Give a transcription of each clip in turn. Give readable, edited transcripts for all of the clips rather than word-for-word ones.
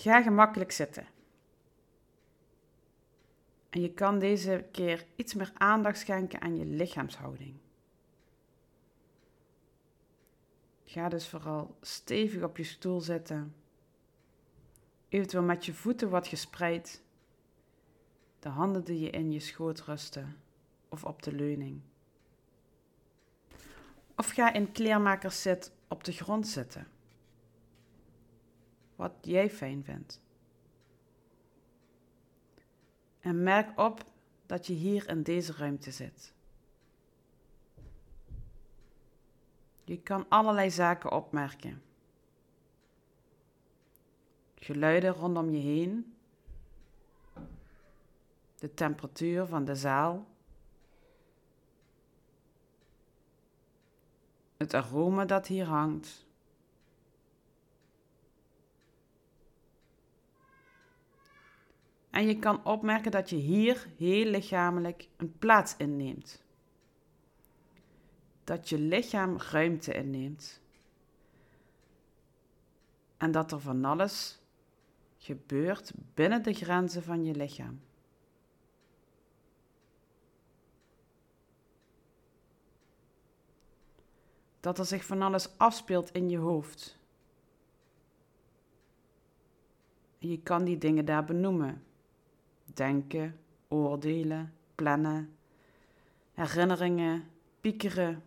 Ga gemakkelijk zitten. En je kan deze keer iets meer aandacht schenken aan je lichaamshouding. Ga dus vooral stevig op je stoel zitten. Eventueel met je voeten wat gespreid. De handen die je in je schoot rusten of op de leuning. Of ga in kleermakerszit op de grond zitten. Wat jij fijn vindt. En merk op dat je hier in deze ruimte zit. Je kan allerlei zaken opmerken. Geluiden rondom je heen. De temperatuur van de zaal. Het aroma dat hier hangt. En je kan opmerken dat je hier heel lichamelijk een plaats inneemt. Dat je lichaam ruimte inneemt. En dat er van alles gebeurt binnen de grenzen van je lichaam. Dat er zich van alles afspeelt in je hoofd. En je kan die dingen daar benoemen. Denken, oordelen, plannen, herinneringen, piekeren.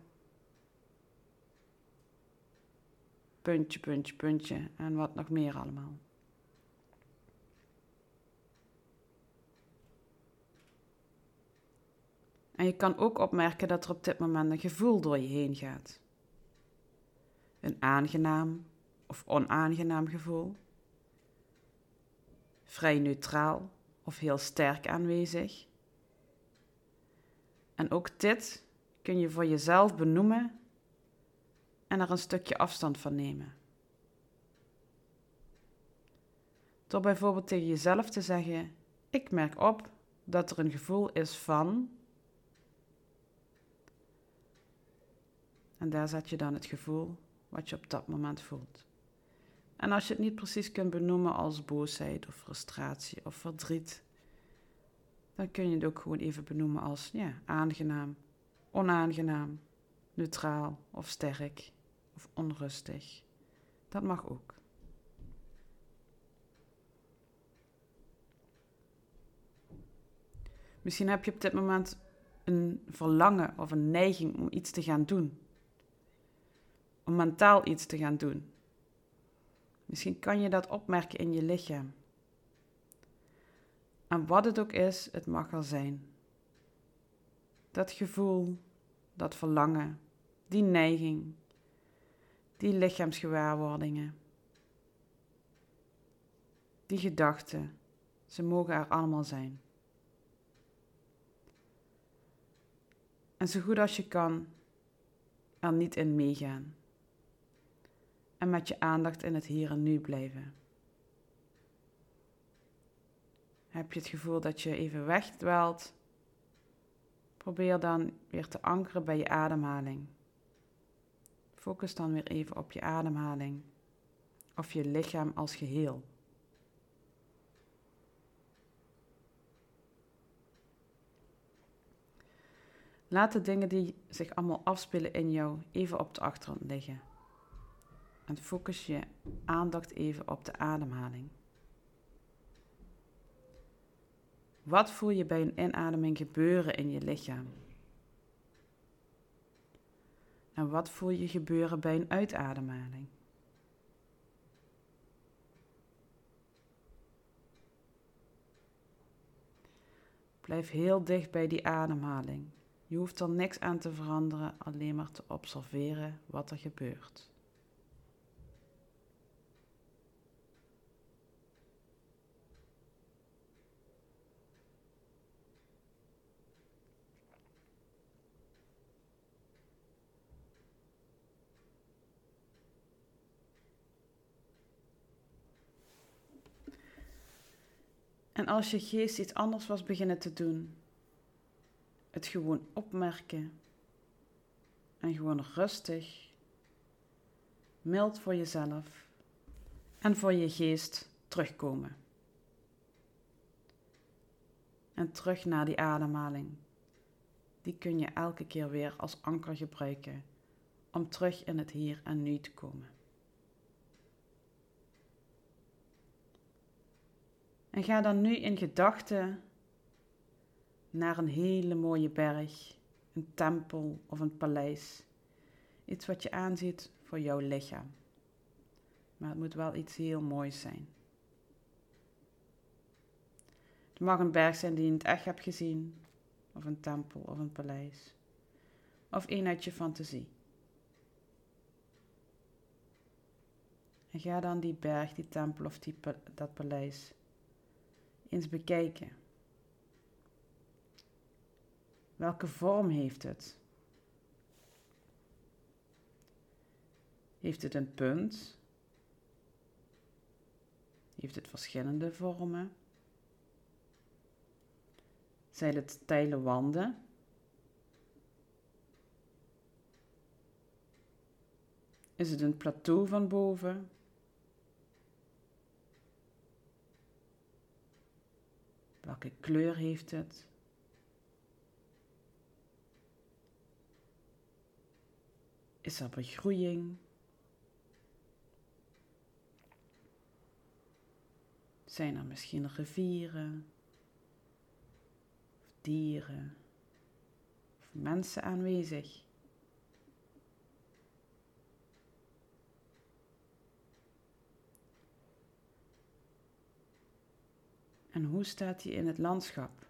Puntje, puntje, puntje en wat nog meer allemaal. En je kan ook opmerken dat er op dit moment een gevoel door je heen gaat. Een aangenaam of onaangenaam gevoel. Vrij neutraal of heel sterk aanwezig. En ook dit kun je voor jezelf benoemen en er een stukje afstand van nemen. Door bijvoorbeeld tegen jezelf te zeggen: ik merk op dat er een gevoel is van. En daar zet je dan het gevoel wat je op dat moment voelt. En als je het niet precies kunt benoemen als boosheid of frustratie of verdriet, dan kun je het ook gewoon even benoemen als aangenaam, onaangenaam, neutraal of sterk of onrustig. Dat mag ook. Misschien heb je op dit moment een verlangen of een neiging om iets te gaan doen. Om mentaal iets te gaan doen. Misschien kan je dat opmerken in je lichaam. En wat het ook is, het mag er zijn. Dat gevoel, dat verlangen, die neiging, die lichaamsgewaarwordingen, die gedachten, ze mogen er allemaal zijn. En zo goed als je kan, er niet in meegaan. En met je aandacht in het hier en nu blijven. Heb je het gevoel dat je even wegdwaalt? Probeer dan weer te ankeren bij je ademhaling. Focus dan weer even op je ademhaling of je lichaam als geheel. Laat de dingen die zich allemaal afspelen in jou even op de achtergrond liggen. En focus je aandacht even op de ademhaling. Wat voel je bij een inademing gebeuren in je lichaam? En wat voel je gebeuren bij een uitademhaling? Blijf heel dicht bij die ademhaling. Je hoeft er niks aan te veranderen, alleen maar te observeren wat er gebeurt. En als je geest iets anders was beginnen te doen, het gewoon opmerken en gewoon rustig, mild voor jezelf en voor je geest terugkomen. En terug naar die ademhaling. Die kun je elke keer weer als anker gebruiken om terug in het hier en nu te komen. En ga dan nu in gedachten naar een hele mooie berg, een tempel of een paleis. Iets wat je aanziet voor jouw lichaam. Maar het moet wel iets heel moois zijn. Het mag een berg zijn die je in het echt hebt gezien, of een tempel of een paleis. Of een uit je fantasie. En ga dan die berg, die tempel of dat paleis eens bekijken. Welke vorm heeft het? Heeft het een punt? Heeft het verschillende vormen? Zijn het steile wanden? Is het een plateau van boven? Welke kleur heeft het? Is er begroeiing? Zijn er misschien rivieren? Of dieren? Of mensen aanwezig? En hoe staat hij in het landschap?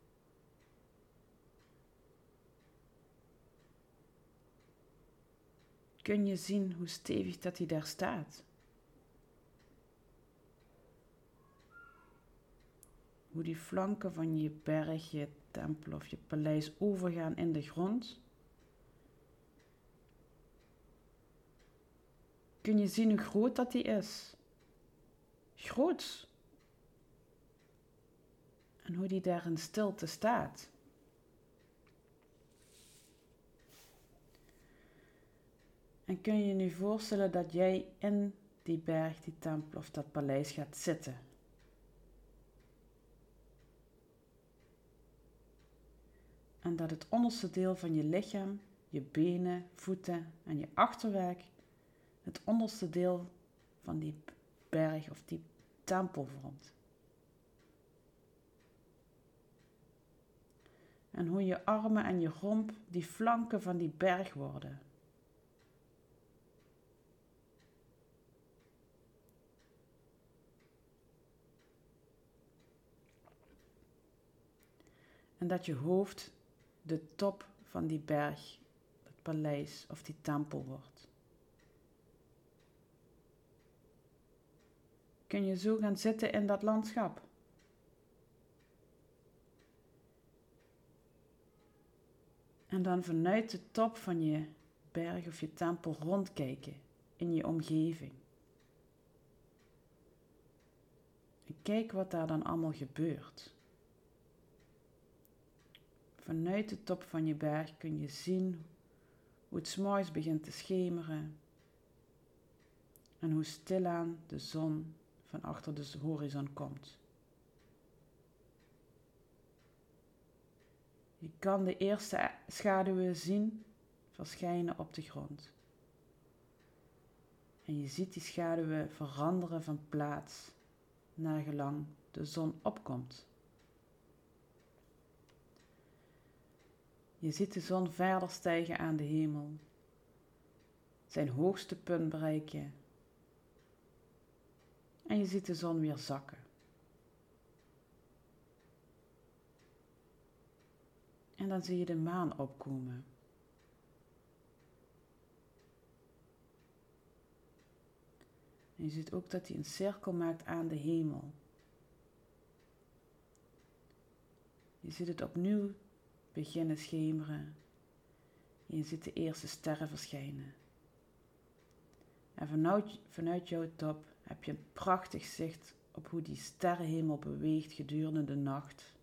Kun je zien hoe stevig dat hij daar staat? Hoe die flanken van je berg, je tempel of je paleis overgaan in de grond? Kun je zien hoe groot dat die is? Groot! En hoe die daar in stilte staat. En kun je je nu voorstellen dat jij in die berg, die tempel of dat paleis gaat zitten? En dat het onderste deel van je lichaam, je benen, voeten en je achterwerk, het onderste deel van die berg of die tempel vormt. En hoe je armen en je romp die flanken van die berg worden. En dat je hoofd de top van die berg, het paleis of die tempel wordt. Kun je zo gaan zitten in dat landschap? En dan vanuit de top van je berg of je tempel rondkijken in je omgeving. En kijk wat daar dan allemaal gebeurt. Vanuit de top van je berg kun je zien hoe het 's morgens begint te schemeren en hoe stilaan de zon van achter de horizon komt. Je kan de eerste schaduwen zien verschijnen op de grond. En je ziet die schaduwen veranderen van plaats naar gelang de zon opkomt. Je ziet de zon verder stijgen aan de hemel, zijn hoogste punt bereiken. En je ziet de zon weer zakken. En dan zie je de maan opkomen. En je ziet ook dat hij een cirkel maakt aan de hemel. Je ziet het opnieuw beginnen schemeren. En je ziet de eerste sterren verschijnen. En vanuit jouw top heb je een prachtig zicht op hoe die sterrenhemel beweegt gedurende de nacht.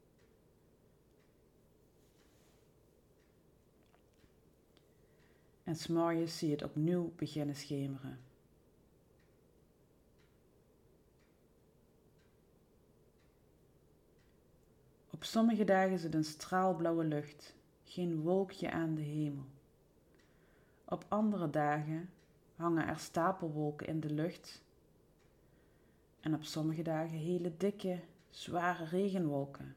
En 's morgens zie je het opnieuw beginnen schemeren. Op sommige dagen is het een straalblauwe lucht, geen wolkje aan de hemel. Op andere dagen hangen er stapelwolken in de lucht en op sommige dagen hele dikke, zware regenwolken.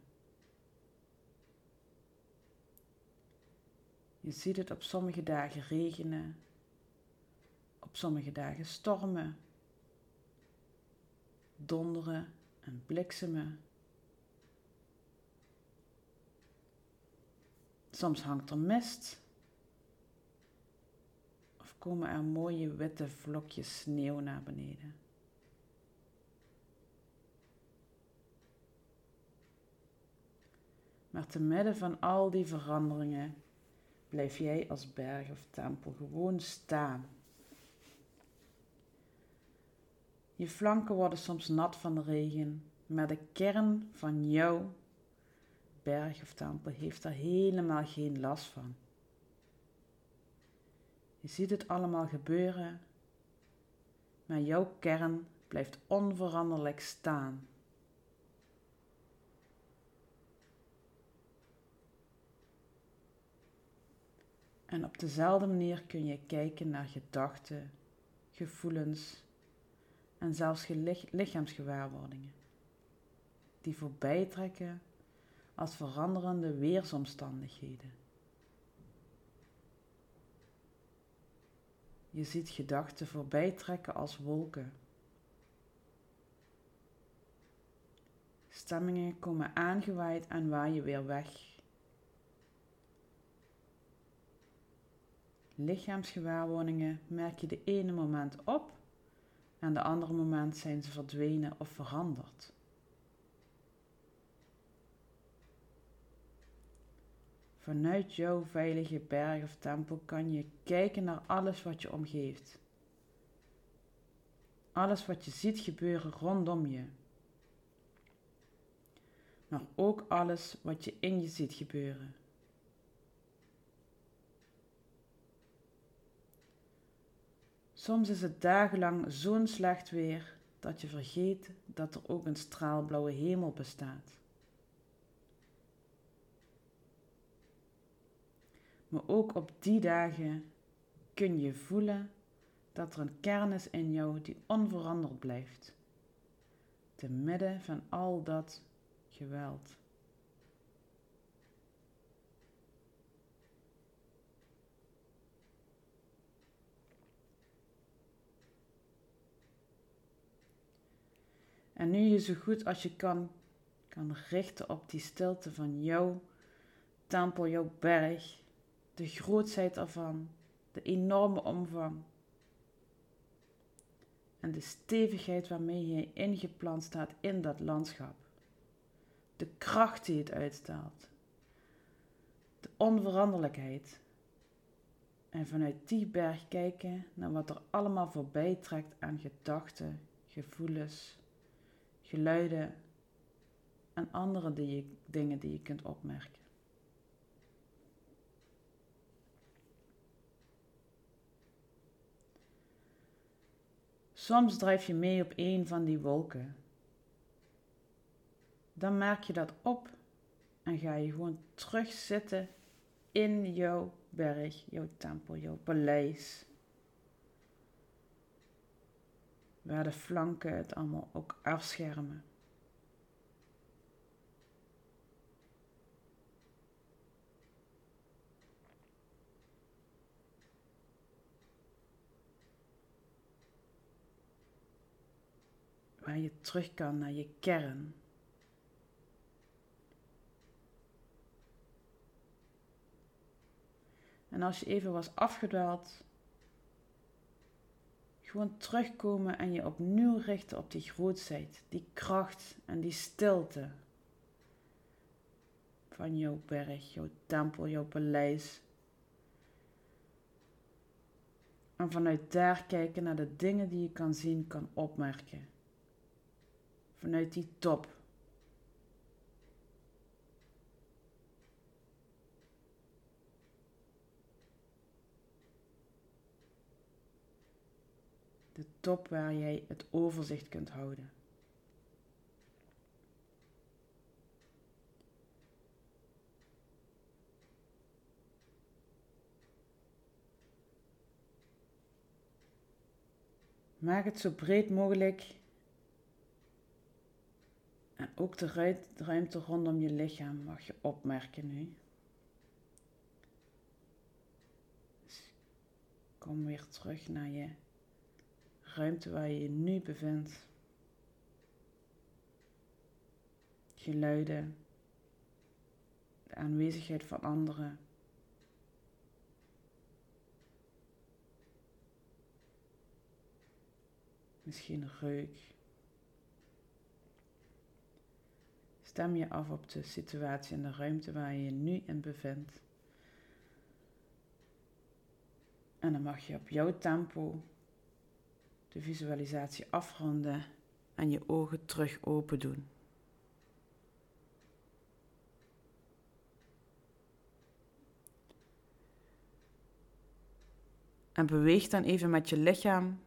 Je ziet het op sommige dagen regenen, op sommige dagen stormen, donderen en bliksemen. Soms hangt er mist of komen er mooie witte vlokjes sneeuw naar beneden. Maar te midden van al die veranderingen blijf jij als berg of tempel gewoon staan. Je flanken worden soms nat van de regen, maar de kern van jouw berg of tempel heeft er helemaal geen last van. Je ziet het allemaal gebeuren, maar jouw kern blijft onveranderlijk staan. En op dezelfde manier kun je kijken naar gedachten, gevoelens en zelfs lichaamsgewaarwordingen, die voorbij trekken als veranderende weersomstandigheden. Je ziet gedachten voorbij trekken als wolken. Stemmingen komen aangewaaid en waaien weer weg. Lichaamsgewaarwordingen merk je de ene moment op en de andere moment zijn ze verdwenen of veranderd. Vanuit jouw veilige berg of tempel kan je kijken naar alles wat je omgeeft. Alles wat je ziet gebeuren rondom je. Maar ook alles wat je in je ziet gebeuren. Soms is het dagenlang zo'n slecht weer dat je vergeet dat er ook een straalblauwe hemel bestaat. Maar ook op die dagen kun je voelen dat er een kern is in jou die onveranderd blijft, te midden van al dat geweld. En nu je zo goed als je kan richten op die stilte van jouw tempel, jouw berg, de grootsheid ervan, de enorme omvang en de stevigheid waarmee jij ingeplant staat in dat landschap. De kracht die het uitstraalt, de onveranderlijkheid. En vanuit die berg kijken naar wat er allemaal voorbij trekt aan gedachten, gevoelens, geluiden en andere dingen die je kunt opmerken. Soms drijf je mee op een van die wolken. Dan merk je dat op en ga je gewoon terug zitten in jouw berg, jouw tempel, jouw paleis. Waar de flanken het allemaal ook afschermen. Waar je terug kan naar je kern. En als je even was afgedwaald, gewoon terugkomen en je opnieuw richten op die grootsheid, die kracht en die stilte van jouw berg, jouw tempel, jouw paleis. En vanuit daar kijken naar de dingen die je kan zien, kan opmerken. Vanuit die top. De top waar jij het overzicht kunt houden. Maak het zo breed mogelijk. En ook de ruimte rondom je lichaam mag je opmerken nu. Dus kom weer terug naar je ruimte waar je je nu bevindt. Geluiden, de aanwezigheid van anderen. Misschien een reuk. Stem je af op de situatie en de ruimte waar je je nu in bevindt. En dan mag je op jouw tempo de visualisatie afronden en je ogen terug open doen. En beweeg dan even met je lichaam.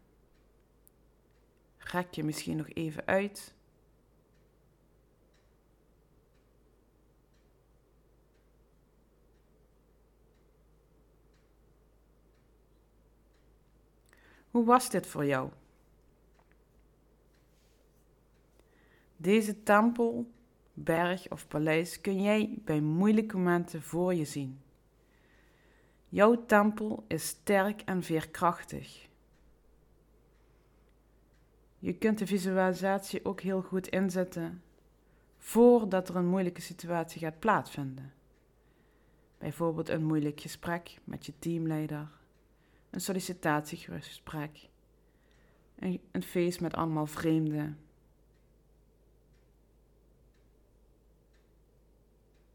Rek je misschien nog even uit. Hoe was dit voor jou? Deze tempel, berg of paleis kun jij bij moeilijke momenten voor je zien. Jouw tempel is sterk en veerkrachtig. Je kunt de visualisatie ook heel goed inzetten voordat er een moeilijke situatie gaat plaatsvinden. Bijvoorbeeld een moeilijk gesprek met je teamleider, een sollicitatiegesprek, een feest met allemaal vreemden.